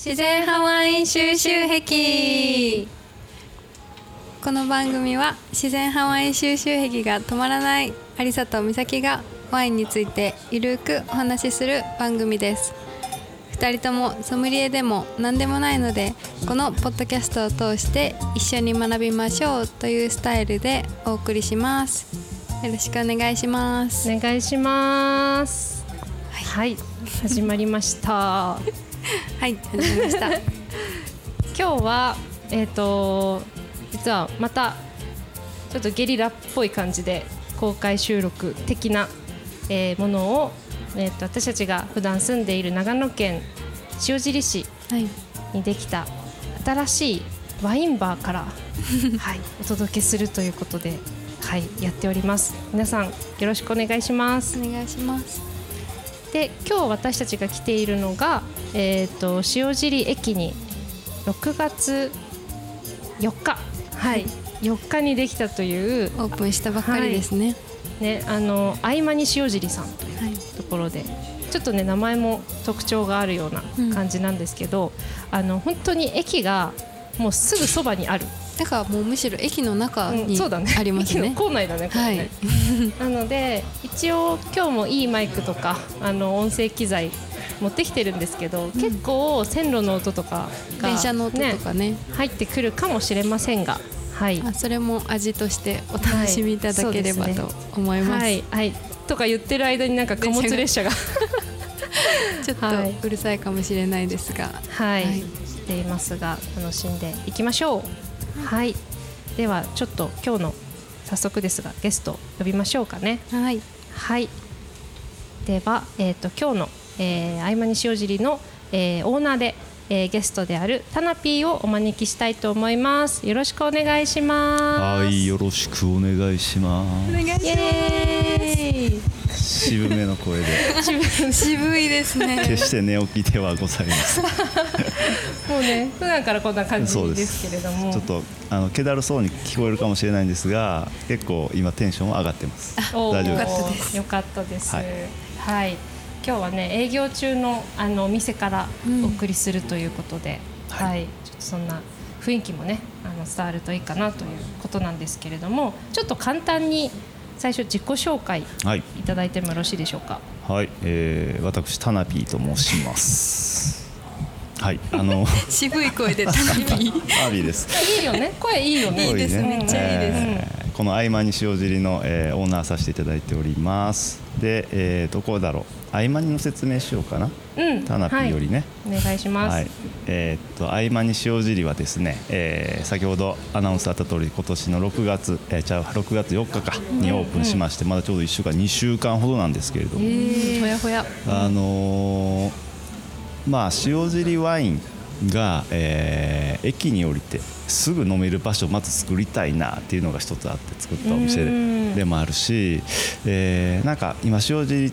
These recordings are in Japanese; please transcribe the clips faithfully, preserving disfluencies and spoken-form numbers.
自然ハワイ収集癖。この番組は自然ハワイ収集癖が止まらないありさとみさきがワインについてゆるくお話しする番組です。ふたりともソムリエでも何でもないので、このポッドキャストを通して一緒に学びましょうというスタイルでお送りします。よろしくお願いします。 お願いします。はい、はい、始まりましたはい始まりました今日はえっと実はまたちょっとゲリラっぽい感じで公開収録的な、えー、ものを、えー、と私たちが普段住んでいる長野県塩尻市にできた新しいワインバーから、はい、お届けするということで、はい、やっております。皆さんよろしくお願いします。 お願いします。 で、今日私たちが来ているのが、えー、と塩尻駅にろくがつよっか、はい、よっかにできたというオープンしたばっかりですね。はいね、あの合間に塩尻さんというところで、はい、ちょっとね名前も特徴があるような感じなんですけど、うん、あの本当に駅がもうすぐそばにある。 だからもうむしろ駅の中にありますね。うん、そうだね。 駅の構内だね、これね。はい、なので一応今日もいいマイクとかあの音声機材持ってきてるんですけど、うん、結構線路の音とかが、ね、 電車の音とかね入ってくるかもしれませんが、はい、 あそれも味としてお楽しみいただければ、はい、と思います。 はいはい、とか言ってる間になんか貨物列車がちょっとうるさいかもしれないですが、 はい、はい、していますが楽しんでいきましょう。はい、ではちょっと今日の早速ですがゲスト呼びましょうかね。 はい、 はい、では、えー、と今日の、えー、合間に塩尻の、えー、オーナーで、えー、ゲストであるタナピーをお招きしたいと思います。よろしくお願いします。 はい、よろしくお願いします。 お願いします。イエーイ。 渋めの声で渋いですね。 決して寝起きではございますもうね、普段からこんな感じですけれども、 ちょっとあの気だるそうに聞こえるかもしれないんですが、結構今テンションは上がってます。大丈夫です。 よかったです。はい、 はい、 今日はね営業中のあのお店からお送りするということで、うん、はい、ちょっとそんな雰囲気もねあの伝わるといいかなということなんですけれども、ちょっと簡単に最初自己紹介いただいてもよろしいでしょうか。 はい、えー、私タナピーと申しますはい、あの渋い声でタナピータナピーです。 いいよね、声いいよね。 いいです、めっちゃいいです、 えー、この合間に塩尻の、えー、オーナーさせていただいております。で、えー、どこだろう、合間にの説明しようかな、うん、タナピーよりね、 はい、お願いします。はい、 えー、っと合間に塩尻はですね、えー、先ほどアナウンスあった通り今年のろくがつ、えー、じゃあろくがつよっかかにオープンしまして、うんうん、まだちょうどいっしゅうかんにしゅうかんほどなんですけれども、 ほやほや、 あのー、まあ塩尻ワインが、えー、駅に降りてすぐ飲める場所をまず作りたいなっていうのが一つあって作ったお店でもあるし、えー、なんか今塩尻って、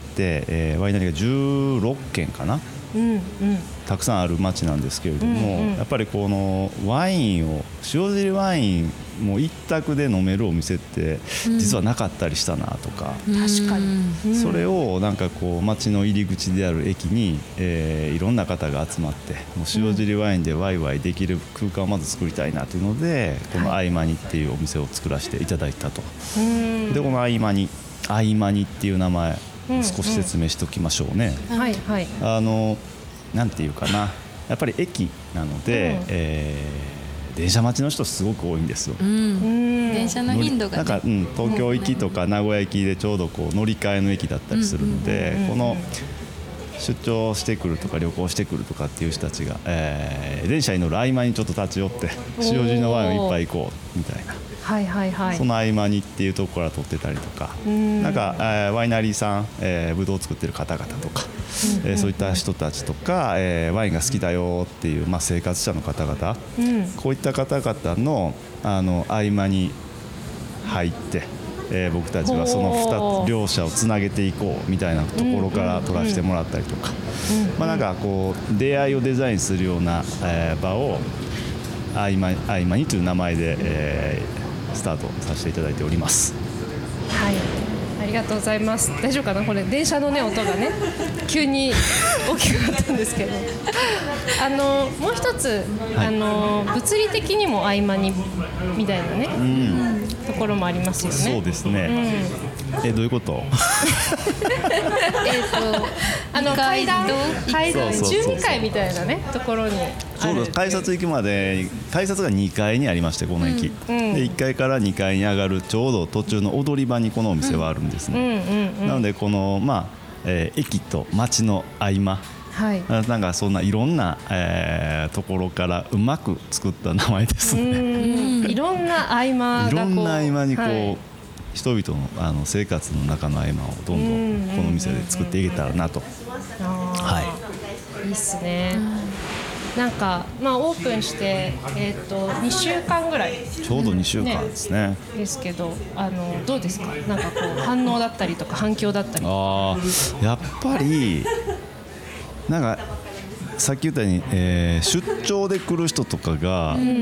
えー、ワイナリーがじゅうろっけんかな、うんうん、たくさんある町なんですけれども、うんうん、やっぱりこのワインを塩尻ワインもう一択で飲めるお店って実はなかったりしたなとか、 うん、確かに、 うん、それをなんかこう町の入り口である駅に、えー、いろんな方が集まってもう塩尻ワインでワイワイできる空間をまず作りたいなというので、この合間にっていうお店を作らせていただいたと、うん、でこの合間に合間にっていう名前少し説明しておきましょうね、 うんうん、はいはい、 あのなんていうかな、やっぱり駅なので、うん、えー電車待ちの人すごく多いんですよ、うん、 電車の頻度が、ね、 なんか、うん、東京行きとか名古屋行きでちょうどこう乗り換えの駅だったりするので、この出張してくるとか旅行してくるとかっていう人たちが、えー、電車に乗る合間にちょっと立ち寄って塩尻のワインをいっぱい行こうみたいな、 はいはいはい、 その合間にっていうところから撮ってたりとか、んなんか、えー、ワイナリーさん、えー、ブドウを作ってる方々とか、うん、えー、そういった人たちとか、えー、ワインが好きだよっていう、まあ、生活者の方々、うん、こういった方々の、あの合間に入って、えー、僕たちはそのふた両者をつなげていこうみたいなところから撮らせてもらったりとか、まあ、なんかこう出会いをデザインするような、えー、場を合間、合間にという名前で、えー、スタートさせていただいております。 はい、ありりがとうございます。大丈夫かなこれ電車のね音がね急に大きくなったんですけどあのもう一つ、はい、あの物理的にも合間にみたいなね、うん、ところもありますよね。 そうですね、うん、えどういうことえっとあの階段階段じゅうにかいみたいなねところにちょうど改札行くまで改札がにかいにありましてこの駅、うん、でいっかいからにかいに上がるちょうど途中の踊り場にこのお店はあるんですね、なのでこの、まあえー、駅と街の合間、はい、なんかそんないろんな、えー、ところからうまく作った名前ですね。 うんいろんな合間がこういろんな合間にこう、はい、人々の、あの生活の中の合間をどんどんこの店で作っていけたらなと。 はい、いいっすね。なんか、まあ、オープンして、えー、とにしゅうかんぐらいちょうどにしゅうかんですね、 ねですけどあのどうですかなんかこう反応だったりとか反響だったりあやっぱりなんかさっき言ったように、えー、出張で来る人とかが、うんうん、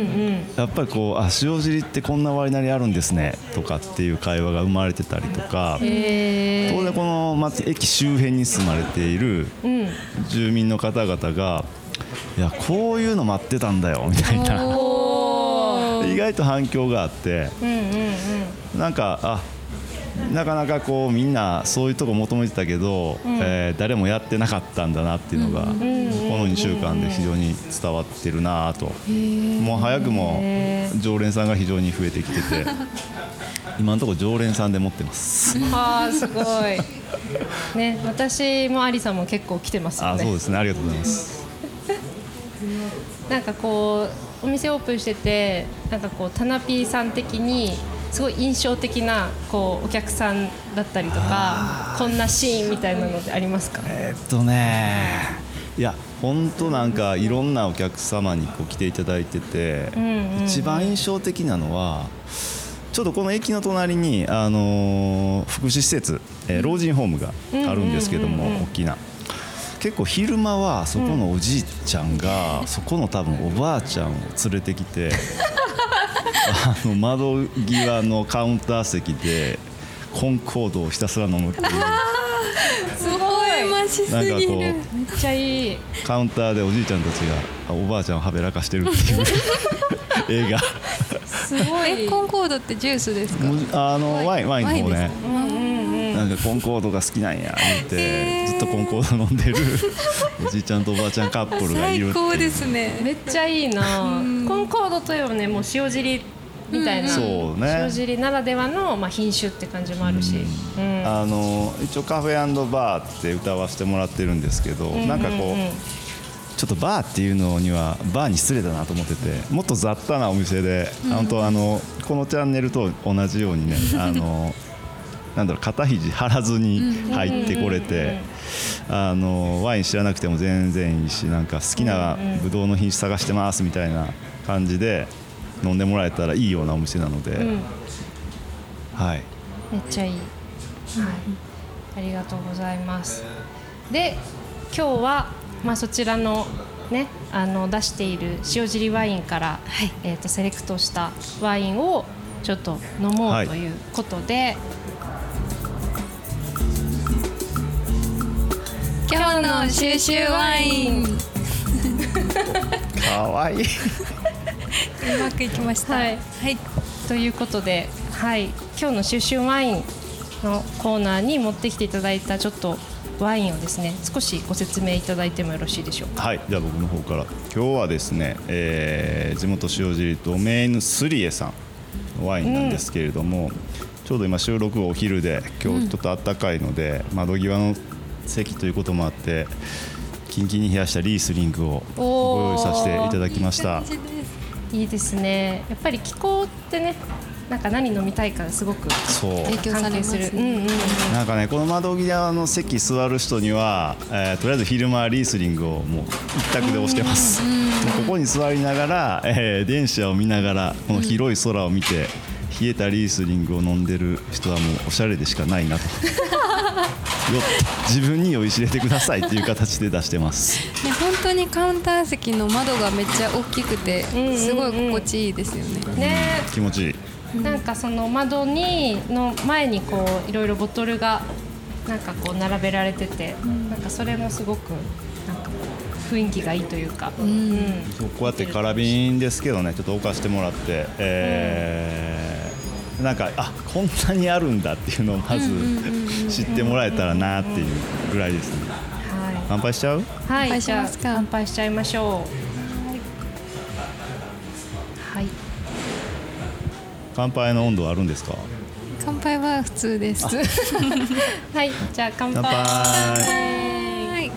やっぱりこうあ塩尻ってこんな割りなりあるんですねとかっていう会話が生まれてたりとか、えー、当然この町駅周辺に住まれている住民の方々がいやこういうの待ってたんだよみたいな意外と反響があって、うんうんうん、なんかあなかなかこうみんなそういうとこ求めてたけど、うんえー、誰もやってなかったんだなっていうのが、うん、このにしゅうかんで非常に伝わってるなと、もう早くも常連さんが非常に増えてきてて今のところ常連さんで持ってますあーすごい、ね、私もアリさんも結構来てますよね。 あそうですねありがとうございますなんかこうお店オープンしててなんかこうタナピーさん的にすごい印象的なこうお客さんだったりとかこんなシーンみたいなのってありますか？ えー、っとねいや本当なんかいろんなお客様にこう来ていただいてて、うんうんうん、一番印象的なのはちょっとこの駅の隣に、あのー、福祉施設、えー、老人ホームがあるんですけども、うんうんうんうん、大きな結構昼間はそこのおじいちゃんが、うん、そこの多分おばあちゃんを連れてきてあの窓際のカウンター席でコンコードをひたすら飲むっていうすごいマシすぎる。なんかこうめっちゃいいカウンターでおじいちゃんたちがおばあちゃんをはべらかしてるっていう映画すごい。 えコンコードってジュースですか？ あのワインワインの方ね、うんうんうん、なんかコンコードが好きなんや言ってずっとコンコード飲んでるおじいちゃんとおばあちゃんカップルがいるっていう。 最高ですね。 めっちゃいいなコンコードといえばねもう塩尻みたいな、うんそうね、塩尻ならではの、まあ、品種って感じもあるし、うんうん、 あの一応カフェ&バーって歌わせてもらってるんですけど、うんうんうん、なんかこうちょっとバーっていうのにはバーに失礼だなと思っててもっと雑多なお店で、うん、本当あのこのチャンネルと同じようにねあのなんだろう肩肘張らずに入ってこれてあのワイン知らなくても全然いいしなんか好きなブドウの品種探してますみたいな感じで飲んでもらえたらいいようなお店なので、うん、はいめっちゃいい、はい、ありがとうございます。で今日は、まあ、そちらのねあの出している塩尻ワインから、はいえー、とセレクトしたワインをちょっと飲もうということで、はい、 今日の収集ワインかわいいうまくいきました、 はいはい、ということで、はい、今日の収集ワインのコーナーに持ってきていただいたちょっとワインをですね少しご説明いただいてもよろしいでしょうか。 はい、じゃあ僕の方から今日はですね、えー、地元塩尻ドメイヌスリエさんのワインなんですけれども、うん、ちょうど今収録がお昼で今日ちょっと暖かいので、うん、窓際の席ということもあってキンキンに冷やしたリースリングをご用意させていただきました。 いいですね。やっぱり気候ってねなんか何飲みたいかすごく影響されする、うんうんうん、 なんかねこの窓際の席座る人には、えー、とりあえず昼間リースリングをもう一択で押してます。もうここに座りながら、えー、電車を見ながらこの広い空を見て冷えたリースリングを飲んでる人はもうおしゃれでしかないなとよ自分に酔いしれてくださいっていう形で出してます、 ね、本当にカウンター席の窓がめっちゃ大きくてすごい心地いいですよね、 うん、ね気持ちいい。 なんかその窓にの前にこういろいろボトルがなんかこう並べられてて、なんかそれもすごくなんか雰囲気がいいというか、うんそうこうやって空瓶ですけどね、ちょっと置かしてもらって、えー、なんかあこんなにあるんだっていうのをまず知ってもらえたらなっていうぐらいですね。 はい、 乾杯しちゃう？ はい、 乾杯しますか。 じゃあ乾杯しちゃいましょう。はい。 乾杯の温度はあるんですか？ 乾杯は普通です。 はい、じゃあ乾杯。 乾杯。 はい。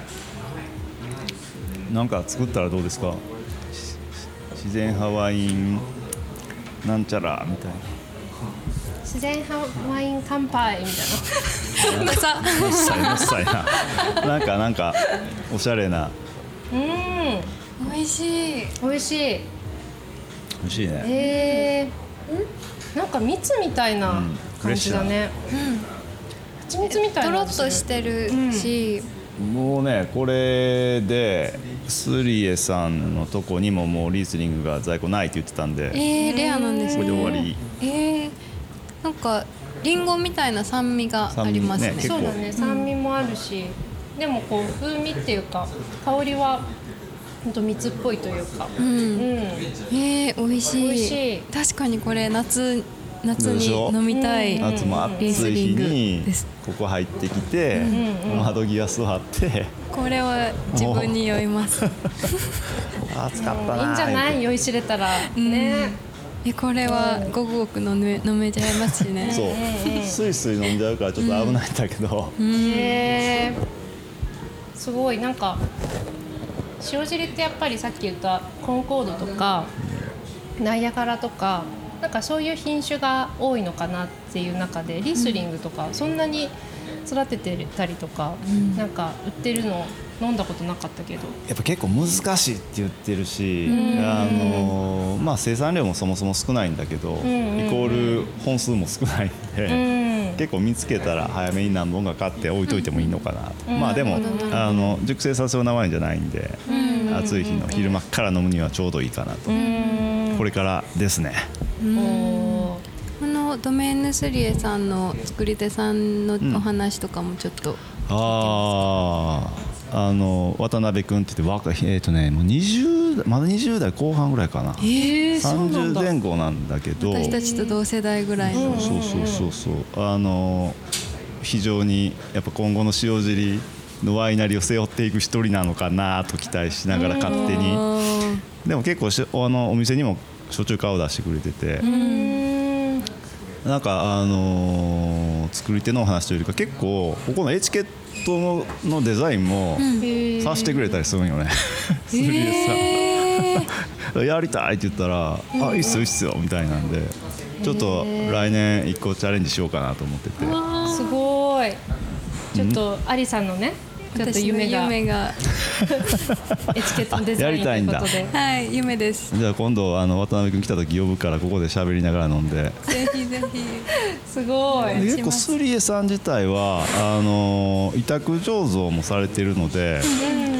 なんか作ったらどうですか？自然派ワインなんちゃらみたいな。 自然派ワイン乾杯みたいな。 まさ。 もっさいもっさいな。なんかなんかおしゃれな。 うん、 美味しい。 美味しい。 美味しいね。 えー、なんか蜜みたいな感じだね。蜂蜜みたいな。 とろっとしてるし、 もうねこれでスリエさんのとこにももうリースリングが在庫ないって言ってたんで、 えー、レアなんですね。 これで終わり。 えー、なんかリンゴみたいな酸味がありますね。 酸味ね結構そうだね、酸味もあるし、でもこう風味っていうか香りは本当蜜っぽいというか、 うん。 うん、 えー、美味しい。 美味しい確かにこれ夏夏でしょに飲みたい。 夏も暑リースい日リングにですここ入ってきて、窓際座ってこれは自分に酔います。 暑かったな。 いいんじゃない？酔いしれたらね。 えこれはごくごく飲め飲めちゃいますしね。 そうスイスイ飲んじゃうからちょっと危ないんだけど、 へー、すごいなんか塩尻ってやっぱりさっき言ったコンコードとかナイアガラとかなんかそういう品種が多いのかなっていう中でリースリングとかそんなに育ててたりとか、なんか売ってるの飲んだことなかったけど、 やっぱ結構難しいって言ってるし、あのまあ生産量もそもそも少ないんだけど、イコール本数も少ないんで、結構見つけたら早めに何本か買って置いといてもいいのかなと。まあでもあの熟成させようなワインじゃないんで、暑い日の昼間から飲むにはちょうどいいかなと。これからですね。 おこのドメーヌスリエさんの作り手さんのお話とかもちょっと、 あああの渡辺君って言って若いえっ、ー、とねもうにじゅうまだにじゅう代後半ぐらいかな、 えー、 さんじゅうそうなんだ。 前後なんだけど、 私たちと同世代ぐらいの、 そうそうそうそうあの非常にやっぱ今後の塩尻のワイナリーを背負っていく一人なのかなと期待しながら勝手に、でも結構しあのお店にもしょっちゅう顔出してくれてて、なんかあのー、作り手のお話というよりか結構ここのエチケット の, のデザインもさしてくれたりするんよね。スリエさんやりたいって言ったら、あいいっすよいいっすよみたいなんで、ちょっと来年一個チャレンジしようかなと思ってて。 すごい。ちょっとアリさんのね、ちょっと夢が私の夢がエチケットデザインということで、 はい夢です。 じゃあ今度あの渡辺君来た時呼ぶからここで喋りながら飲んで。 ぜひぜひ。 すごい。 結構スリエさん自体はあの委託醸造もされているので、 うんうんうん、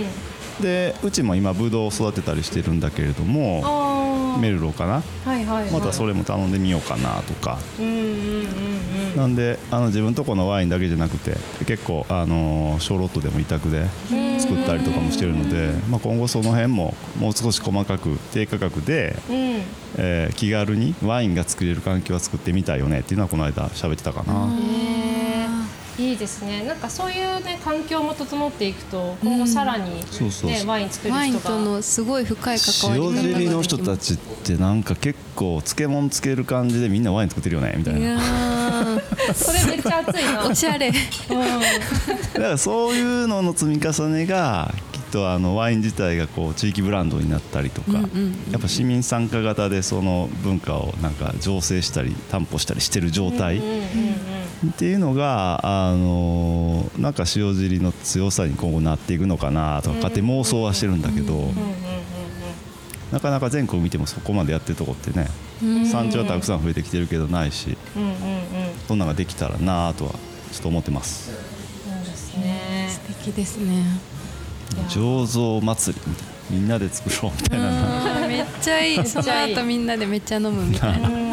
でうちも今ブドウを育てたりしてるんだけれども、 あメルローかな、 はいはいはい、 またそれも頼んでみようかなとか、 うんうんうんうん、 なんであの自分とこのワインだけじゃなくて結構あの小ロットでも委託で作ったりとかもしてるので、まあ、今後その辺ももう少し細かく低価格で、 うん、 えー、気軽にワインが作れる環境は作ってみたいよねっていうのはこの間喋ってたかな。 いいですね。なんかそういうね環境も整っていくと今後さらに、ね、 そうそうそうワイン作る人がワインとのすごい深い関わり方塩ができます。 尻の人たちってなんか結構漬物つける感じでみんなワイン作ってるよねみたいいやな。 ーそれめっちゃ熱いな。 おしゃれ。 うん、 だからそういうのの積み重ねがきっとあのワイン自体がこう地域ブランドになったりとか、 うんうんうんやっぱ市民参加型でその文化をなんか醸成したり担保したりしてる状態、 うんうんうんっていうのがあのなんか塩尻の強さに今後なっていくのかなとか勝手に妄想はしてるんだけど、なかなか全国見てもそこまでやってるとこってね、産地はたくさん増えてきてるけどないし、 うんうんうん、 そんなのができたらなとはちょっと思ってます。 そうですね。 素敵ですね。 醸造祭りみたいな、みんなで作ろうみたいな、 めっちゃいい。その後みんなでめっちゃ飲むみたいな。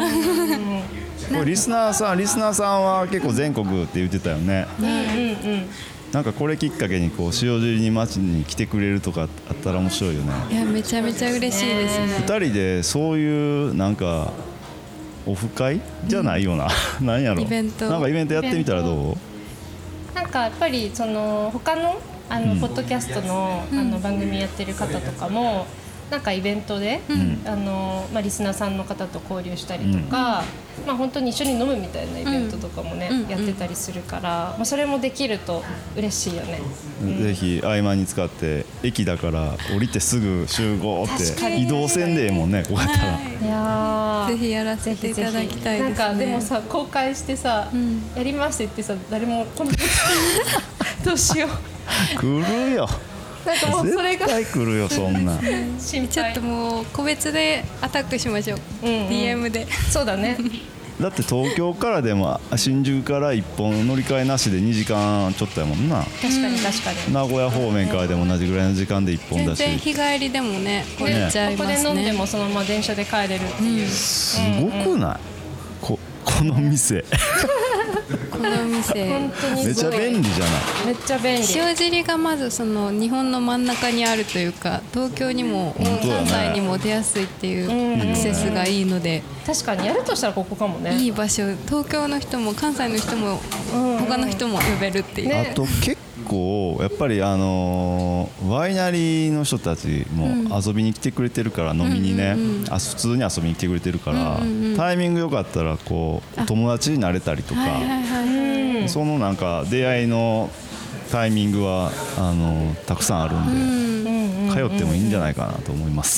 これリスナーさんリスナーさんは結構全国って言ってたよね。 うんうんうんなんかこれきっかけにこう塩尻に町に来てくれるとかあったら面白いよね。 いやめちゃめちゃ嬉しいですね。 ふたりでそういうなんかオフ会じゃないよな、うん、何やろイベントなんかイベントやってみたらどう？ なんかやっぱりその他のあの、うん、ポッドキャストの、あの番組やってる方とかもなんかイベントで、うん、あのまあ、リスナーさんの方と交流したりとか、うん、まあ、本当に一緒に飲むみたいなイベントとかもね、うん、やってたりするから、まあ、それもできると嬉しいよね、 うん、ぜひ合間に使って駅だから降りてすぐ集合って移動せんでええもんねこうやったら、はい、 いやぜひやらせていただきたいですね。 なんかでもさ公開してさ、うん、やりましてってさ誰も来ないどうしよう来るよなんかもうそれが絶対来るよそんなちょっともう個別でアタックしましょう、うんうん、ディーエム でそうだねだって東京からでも新宿からいっぽん乗り換えなしでにじかんちょっとやもんな。 確かに確かに名古屋方面からでも同じぐらいの時間でいっぽんだし全然日帰りでもね来れちゃいますね。 ここで飲んでもそのまま電車で帰れるっていう、うん、 すごくない、こ, この店この店本当にめっちゃ便利じゃない。 めっちゃ便利。 塩尻がまずその日本の真ん中にあるというか東京にも関西にも出やすいっていうアクセスがいいので、 確かにやるとしたらここかもね。 いい場所、東京の人も関西の人も他の人も呼べるっていう、 ね、あと結構やっぱりあのワイナリーの人たちも遊びに来てくれてるから、飲みにね、あ普通に遊びに来てくれてるから、タイミングよかったらこう友達になれたりとか、そのなんか出会いのタイミングはあのたくさんあるんで、通ってもいいんじゃないかなと思います。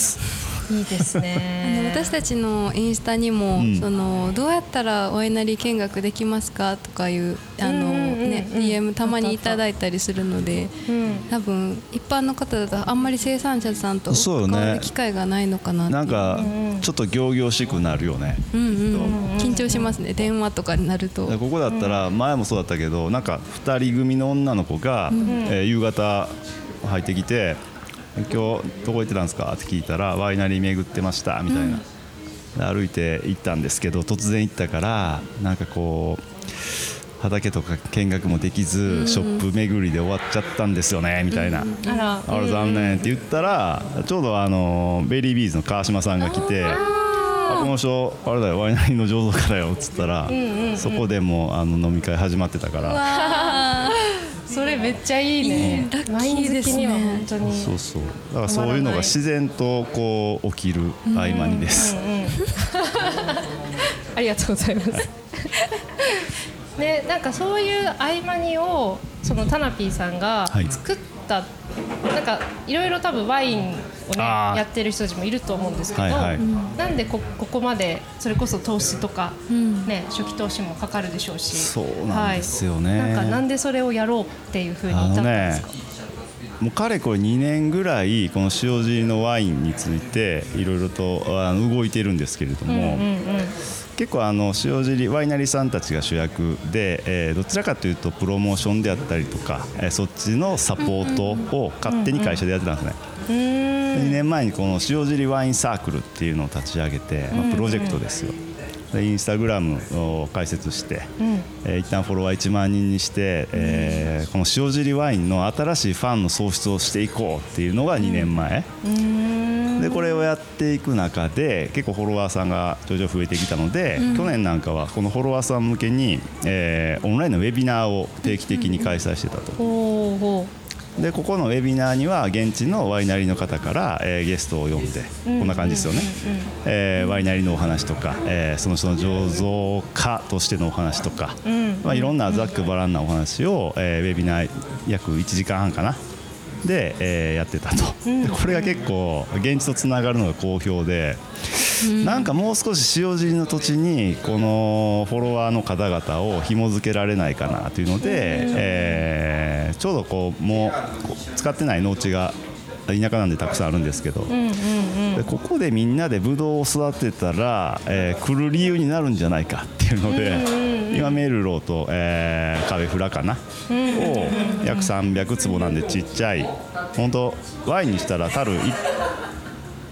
いいですね。 あの私たちのインスタにも、うん、そのどうやったらワイナリー見学できますかとかいうあの、ね、ディーエム たまにいただいたりするので、うん、多分一般の方だとあんまり生産者さんと関わる機会がないのかなっていう。 なんかちょっと仰々しくなるよね、うんうん、 緊張しますね電話とかになると。 ここだったら前もそうだったけど、なんかふたり組の女の子が、うんえー、夕方入ってきて今日どこ行ってたんですかって聞いたらワイナリー巡ってましたみたいな、うん、歩いて行ったんですけど突然行ったからなんかこう畑とか見学もできず、うん、ショップ巡りで終わっちゃったんですよねみたいな、うん、あら、あら残念って言ったらちょうどあのベリービーズの川島さんが来て、あこの人あれだよワイナリーの醸造家だよっつったら、うんうんうん、そこでもあの飲み会始まってたから。 それめっちゃいいね。ワイン好きには本当に。 そうそう。だからそういうのが自然とこう起きる合間にです。うんうんうん、 ありがとうございます。ね、なんかそういう合間にをそのタナピーさんが作った、はい、なんかいろいろ多分ワインをねやってる人たちもいると思うんですけど、はいはい、なんで こ, ここまでそれこそ投資とか、うんね、初期投資もかかるでしょうし、 そうなんですよね、 はい、なんかなんでそれをやろうっていうふうに至ったんですか？ もうかれこれにねんぐらいこの塩尻のワインについていろいろとあの動いてるんですけれども、うんうんうん、結構あの塩尻ワイナリーさんたちが主役で、えー、どちらかというとプロモーションであったりとか、えー、そっちのサポートを勝手に会社でやってたんですね、うんうん、にねんまえにこの塩尻ワインサークルっていうのを立ち上げて、まあ、プロジェクトですよ。でインスタグラムを開設して、うんえー、一旦フォロワーいちまんにんにして、えー、この塩尻ワインの新しいファンの創出をしていこうっていうのがにねんまえ、うん、でこれをやっていく中で結構フォロワーさんが徐々に増えてきたので、うん、去年なんかはこのフォロワーさん向けに、えー、オンラインのウェビナーを定期的に開催してたと、うんうんでここのウェビナーには現地のワイナリーの方から、えー、ゲストを呼んで、うん、こんな感じですよね、うんうんえー、ワイナリーのお話とか、えー、その人の醸造家としてのお話とか、うんまあ、いろんなざっくばらんなお話を、えー、ウェビナー約いちじかんはんかなで、えー、やってたと、でこれが結構現地とつながるのが好評で、うん、なんかもう少し塩尻の土地にこのフォロワーの方々を紐付けられないかなというので、うんえー、ちょうどこうもう使ってない農地が田舎なんでたくさんあるんですけど、うんうんうん、でここでみんなでブドウを育てたら、えー、来る理由になるんじゃないかっていうので、うんうんうん、今メルローと、えー、カフェフラかな、うんうんうん、を約さんびゃくつぼなんでちっちゃい本当ワインにしたら樽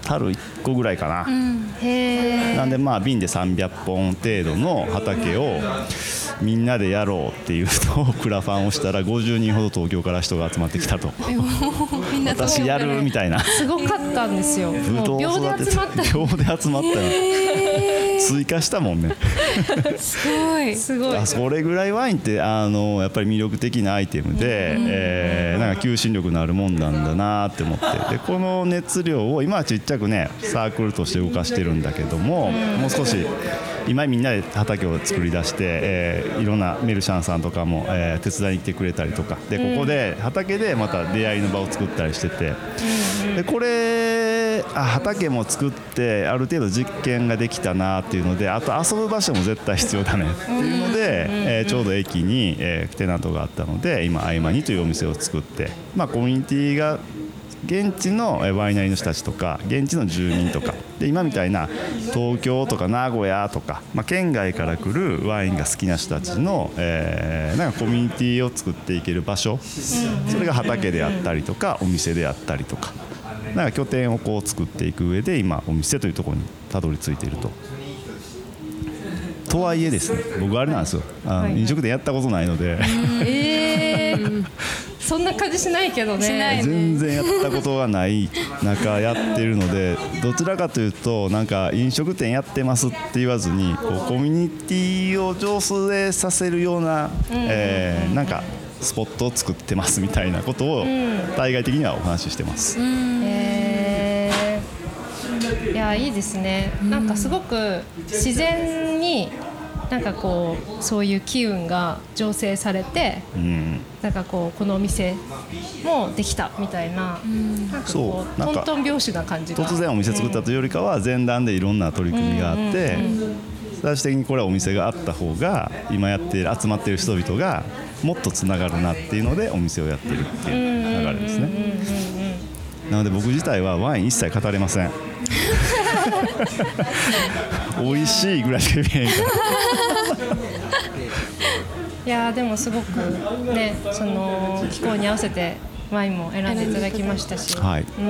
樽いっこぐらいかな、 へえ。 なんでまあ瓶でさんびゃっぽん程度の畑をみんなでやろうっていうのをクラファンをしたらごじゅうにんほど東京から人が集まってきたと。 みんな私やるみたいな。 すごかったんですよ。 ぶもう秒どう育てで集まった。 て秒で集まったよ。追加したもんね。 すごい。 すごい。 あそれぐらいワインってあのやっぱり魅力的なアイテムで、えーなんか求心力のあるもんなんだなって思って、でこの熱量を今はちっちゃくねサークルとして動かしてるんだけども、もう少し今みんなで畑を作り出して、えーいろんなメルシャンさんとかも、えー手伝いに来てくれたりとかで、ここで畑でまた出会いの場を作ったりしてて、でこれあ畑も作ってある程度実験ができたなっていうので、あと遊ぶ場所も絶対必要だねっていうので、えーちょうど駅に、えーテナントがあったので今合間にというお店を作って、まあ、コミュニティが現地のワイナリーの人たちとか現地の住民とかで、今みたいな東京とか名古屋とか、まあ、県外から来るワインが好きな人たちの、えーなんかコミュニティを作っていける場所、それが畑であったりとかお店であったりとか、なんか拠点をこう作っていく上で今お店というところにたどり着いていると。とはいえですね、僕あれなんですよ、あの飲食店やったことないので、 えー、そんな感じしないけどね。 しない全然やったことがない中やってるので、どちらかというとなんか飲食店やってますって言わずに、こうコミュニティを醸成させるような、えーなんかスポットを作ってますみたいなことを対外的にはお話ししてます。 へー、いやいいですね。なんかすごく自然になんかこうそういう機運が醸成されて、 うんなんかこうこのお店もできたみたいな、なんかこそうなんかうトントン拍子な感じが。 突然お店作ったというよりかは前段でいろんな取り組みがあって、最終的にこれはお店があった方が今やっている集まっている人々がもっとつながるなっていうのでお店をやってるっていう流れですね。なので僕自体はワイン一切語れません。美味しいぐらいしか言えへんから。 いやーでもすごくね、その気候に合わせてワインも選んでいただきましたし、 はいうん、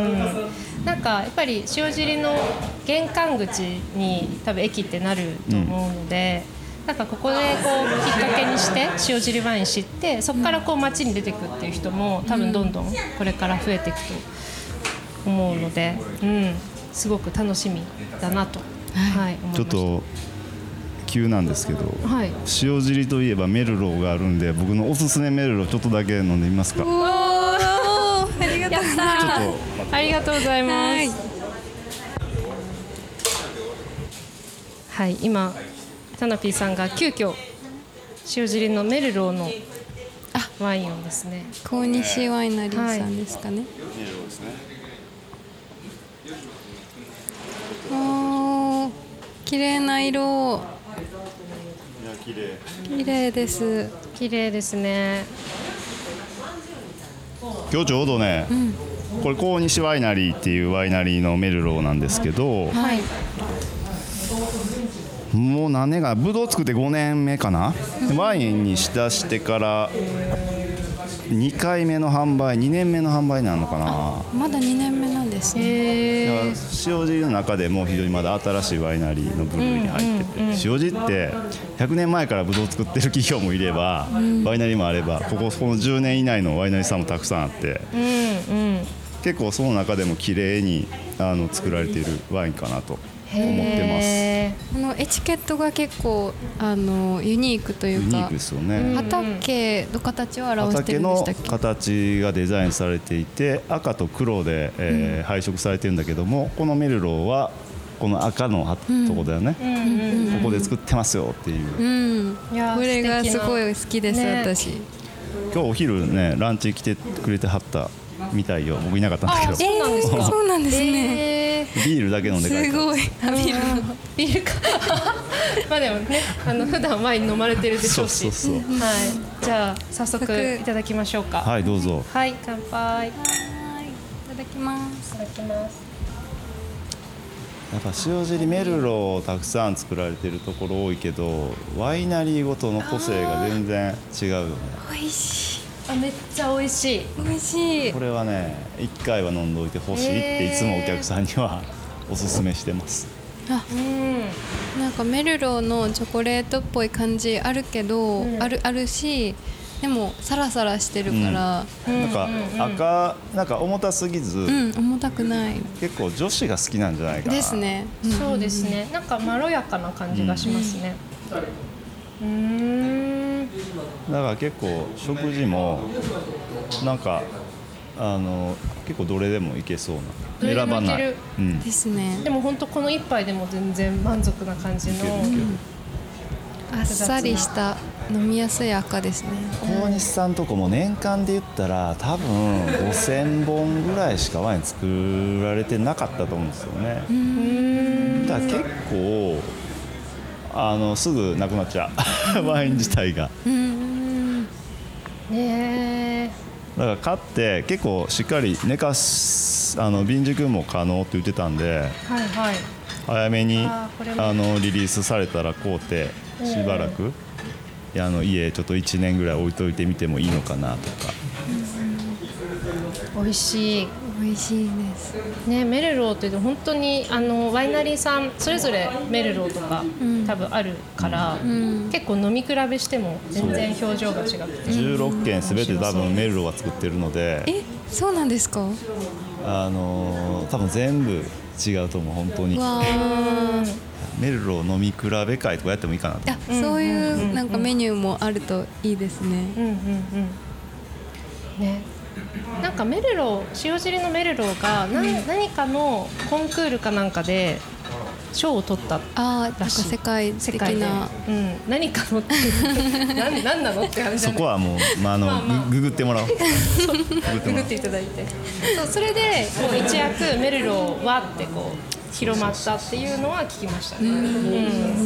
なんかやっぱり塩尻の玄関口に多分駅ってなると思うので、うん、なんかここでこうきっかけにして塩尻ワイン知って、そこからこう街に出てくっていう人も多分どんどんこれから増えていくと思うので、うん、すごく楽しみだなと、はい、思いました。 ちょっと急なんですけど、 はい、 塩尻といえばメルローがあるんで、僕のおすすめメルローちょっとだけ飲んでみますか。 おー、ありがとうございます。 ちょっとありがとうございます。 はいはい、今タナピーさんが急遽塩尻のメルローのワインをですね、 高西ワイナリーさんですかね。おー、綺麗な色。 綺麗。 綺麗です。 綺麗ですね。 今日ちょうどね、うん、これ高西ワイナリーっていうワイナリーのメルローなんですけど、 はい、 もう何年かブドウ作ってごねんめかな、うん、ワインにしだしてからにかいめの販売、にねんめの販売になるのかな。 まだにねんめなんですね。 だから塩尻の中でも非常にまだ新しいワイナリーの部類に入ってて、うんうんうん、塩尻ってひゃくねんまえからブドウ作ってる企業もいれば、うん、ワイナリーもあれば、こここのじゅうねん以内のワイナリーさんもたくさんあって、うんうん、結構その中でも綺麗にあの作られているワインかなと思ってます。 あのエチケットが結構あのユニークというか、 ユニークですよね。 畑の形を表してるんでしたっけ。 畑の形がデザインされていて、赤と黒で、えーうん、配色されてるんだけども、このメルローはこの赤のとこだよね、うん、ここで作ってますよっていう、 うん、いやこれがすごい好きです、ね、私今日お昼ねランチ来てくれてはったみたいよ。僕いなかったんだけど。 そうなんですか。 そうなんですね、 えー、ビールだけ飲んで帰った。 すごい。ビールビールかまあでもね、あの普段ワイン飲まれてるでしょうし。 そうそうそう、 はい、じゃあ早速いただきましょうか。 はい、どうぞ。 はい、乾杯。はい、いただきます。 いただきます。 なんか塩尻メルローをたくさん作られてるところ多いけど、ワイナリーごとの個性が全然違うよね。 美味しい。 あ、めっちゃ美味しい。 美味しい。 これはね、一回は飲んでおいてほしいっていつもお客さんにはおすすめしてます。 あ、なんかメルローのチョコレートっぽい感じあるけど、うん、あるあるし、でもサラサラしてるから、 うん、なんか赤なんか重たすぎず、 うん、重たくない。 結構女子が好きなんじゃないかな。 ですね、 うん、そうですね。なんかまろやかな感じがしますね。うん、うーん、 だから結構食事もなんかあの結構どれでもいけそうな、選ばない、 うん、ですね。 でも本当この一杯でも全然満足な感じの、うん、 あっさりした飲みやすい赤ですね。 大西さんとこも年間で言ったら多分ごせんぼんぐらいしかワイン作られてなかったと思うんですよね。うーん、だから結構あのすぐなくなっちゃうワイン自体が。うーん、 ね、 だから買って結構しっかり寝かす、あの瓶熟も可能って言ってたんで、はいはい、早めに あ, あのリリースされたら買うてしばらく、あの家ちょっといちねんぐらい置いといてみてもいいのかなとか。 美味しい、 美味しいですね。メルローって本当にあのワイナリーさんそれぞれメルローとか、うん、多分あるから、うん、結構飲み比べしても全然表情が違くて、 じゅうろっけんすべて多分メルローが作ってるので。 え、そうなんですか。 あの多分全部違うと思う本当に。わメルロー飲み比べ会とかやってもいいかなと。 あ、そういうなんかメニューもあるといいですね。うんうんうん、 ね、なんかメルロー、塩尻のメルローが 何,、うん、何かのコンクールかなんかで賞を取ったらしい。 あ、なんか世界的な、 うん、何かのって何, 何なのって話じゃない。 そこはもう、まああのまあまあ、ググってもらおう。 ググっていただいて、そう、それでこう一躍メルローはってこう広まったっていうのは聞きましたね。うん、うん、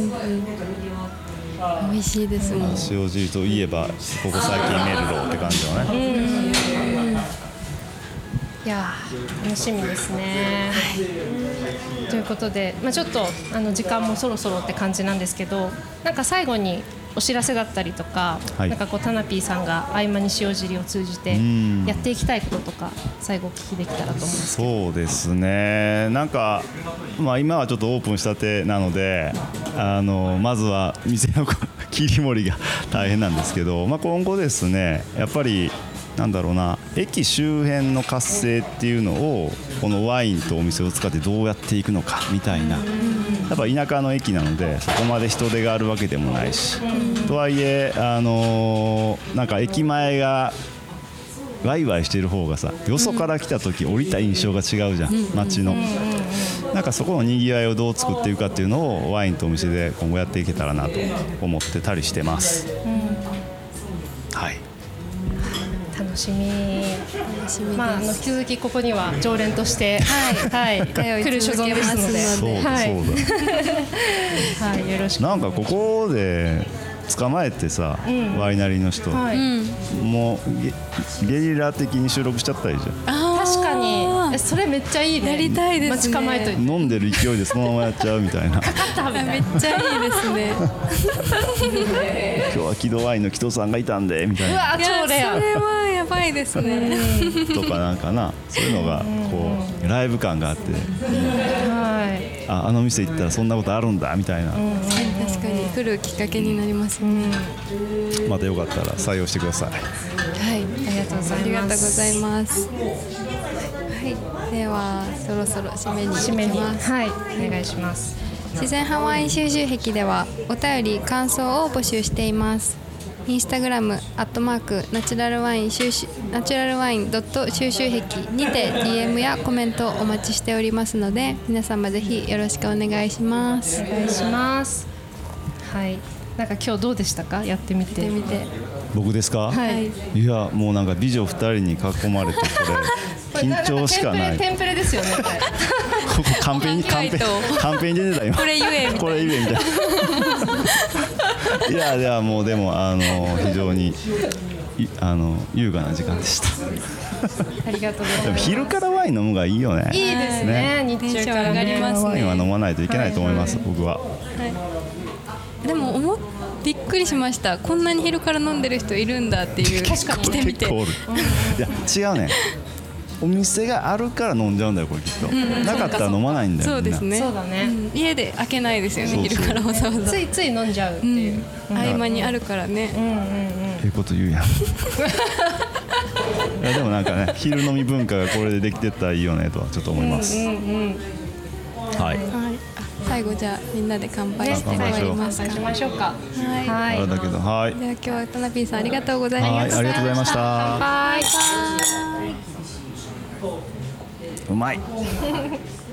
美味しいですもん。 塩尻といえばここ最近メルローって感じだね。うん、 いや楽しみですね、はい、ということで、まあ、ちょっとあの時間もそろそろって感じなんですけど、なんか最後にお知らせだったりとか、はい、なんかこうタナピーさんが合間に塩尻を通じてやっていきたいこととか最後お聞きできたらと思うんですけど。 そうですね、なんか、まあ、今はちょっとオープンしたてなので、あのまずは店の切り盛りが大変なんですけど、まあ、今後ですね、やっぱりなんだろうな、駅周辺の活性っていうのをこのワインとお店を使ってどうやっていくのかみたいな。やっぱ田舎の駅なのでそこまで人手があるわけでもないし、とはいえ、あのー、なんか駅前がワイワイしてる方がさ、よそから来た時降りた印象が違うじゃん、街の。なんかそこのにぎわいをどう作っていくかっていうのをワインとお店で今後やっていけたらなと思ってたりしてます、うん、はい、 楽しみ。楽しみです。まあ、あの引き続きここには常連として、はいはい、来る所存ですので、 そうだ、はい、 はい、よろしく。 なんかここで捕まえてさ、うん、ワイナリーの人、はい、もう ゲ, ゲリラ的に収録しちゃったらいいじゃん。 確かにそれめっちゃいいね。 やりたいですね。 待ち構えといて飲んでる勢いでそのままやっちゃうみたいな。 かかったみたいな。 めっちゃいいですね。 今日は木戸ワインの木戸さんがいたんでみたいな。 うわ、超レア。 それはやばいですね。 とかなんかな、そういうのがこうライブ感があって、はい、あ, あの店行ったらそんなことあるんだみたいな。 確かに来るきっかけになりますね。 またよかったら採用してください。 はい、ありがとうございます。ありがとうございます。はい、ではそろそろ締めに行きます。 はい、お願いします。 自然派ワイン収集癖ではお便り感想を募集しています。インスタグラムアットマークナチュラルワイン収集ナチュラルワインドット収集癖にて ディーエム やコメントをお待ちしておりますので、皆様ぜひよろしくお願いします。 お願いします。はい、なんか今日どうでしたか、やってみて。 やってみて。 僕ですか、 はい、 いやもうなんか美女ふたりに囲まれてこれ緊張しかない。 テンプレですよね。 ここカンペにカンペカンペに出てた今。 これ言えみたいな。 これ言えみたいな。いやいやもうでもあの非常にあの優雅な時間でした。 ありがとうございます。 でも昼からワイン飲むがいいよね。 いいですね。ね、日中から上がりますね。 ワインは飲まないといけないと思います、はいはい、僕は。はい、 でも思っびっくりしました。こんなに昼から飲んでる人いるんだっていう。 確かに来てみて。 結構おる。いや違うね。 お店があるから飲んじゃうんだよこれきっと、 うんなかったら飲まないんだよそうですね。 そうだね、 うん家で開けないですよね。 そうそう昼からわざわざ。 ついつい飲んじゃうっていう、 うん合間にあるからね。 うんうんうんええこと言うやんいやでもなんかね昼飲み文化がこれでできてったらいいよねとはちょっと思います、 うんうんうんはいはい。あ最後じゃあみんなで乾杯ね、 して終わ乾杯しようりますか。 しましょうか。 はい。 はいあれだけどはいでは今日はタナピーさんありがとうございました。 はいありがとうございましたバイ。 うまい